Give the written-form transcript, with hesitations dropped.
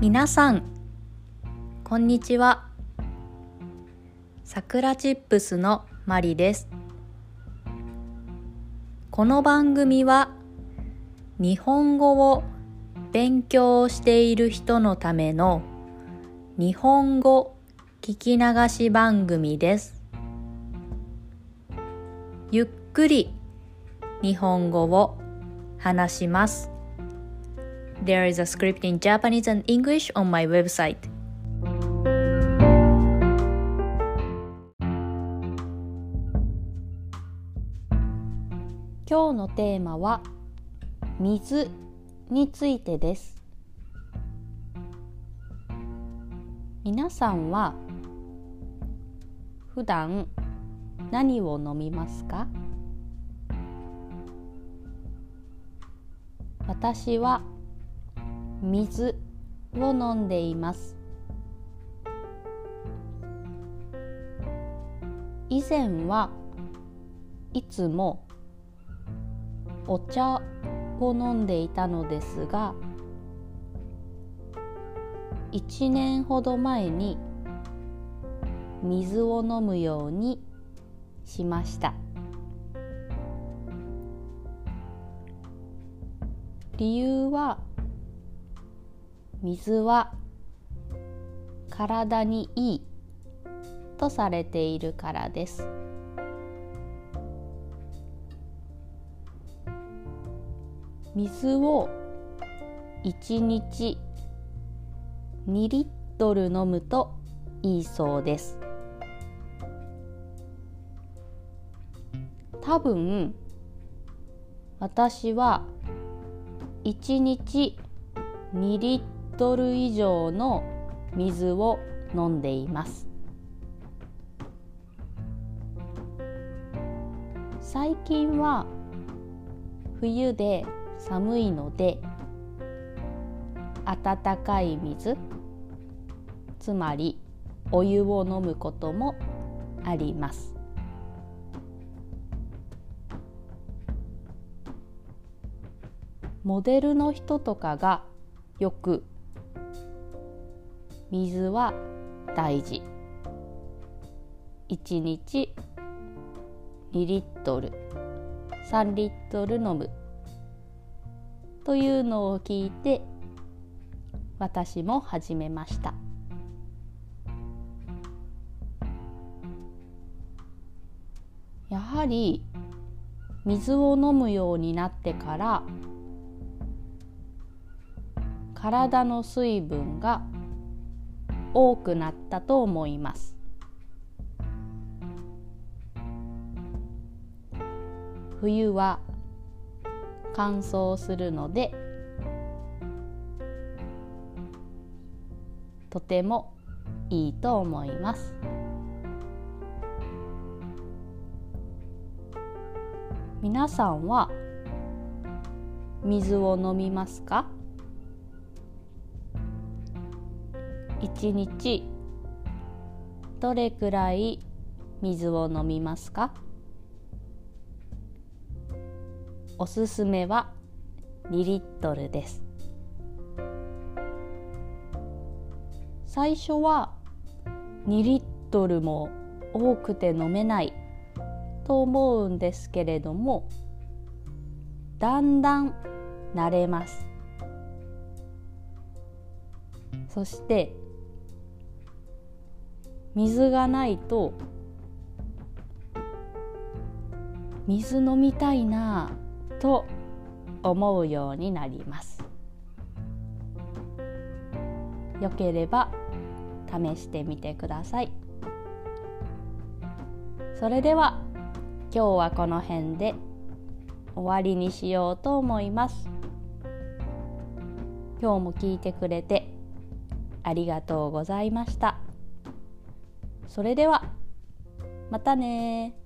皆さんこんにちは。さくらチップスのマリです。この番組は日本語を勉強している人のための日本語聞き流し番組です。ゆっくり日本語を話します。There is a script in Japanese and English on my website. 今日のテーマは水についてです。皆さんは普段何を飲みますか？私は水を飲んでいます。以前はいつもお茶を飲んでいたのですが、1年ほど前に水を飲むようにしました。理由は水は体にいいとされているからです。水を1日2リットル飲むといいそうです。多分私は1日2リットル以上の水を飲んでいます。最近は冬で寒いので温かい水、つまりお湯を飲むこともあります。モデルの人とかがよく水は大事、1日2リットル3リットル飲むというのを聞いて私も始めました。やはり水を飲むようになってから体の水分が多くなったと思います。冬は乾燥するのでとてもいいと思います。皆さんは水を飲みますか？1日どれくらい水を飲みますか？おすすめは2リットルです。最初は2リットルも多くて飲めないと思うんですけれども、だんだん慣れます。そして水がないと水飲みたいなと思うようになります。よければ試してみてください。それでは今日はこの辺で終わりにしようと思います。今日も聞いてくれてありがとうございました。それではまたね。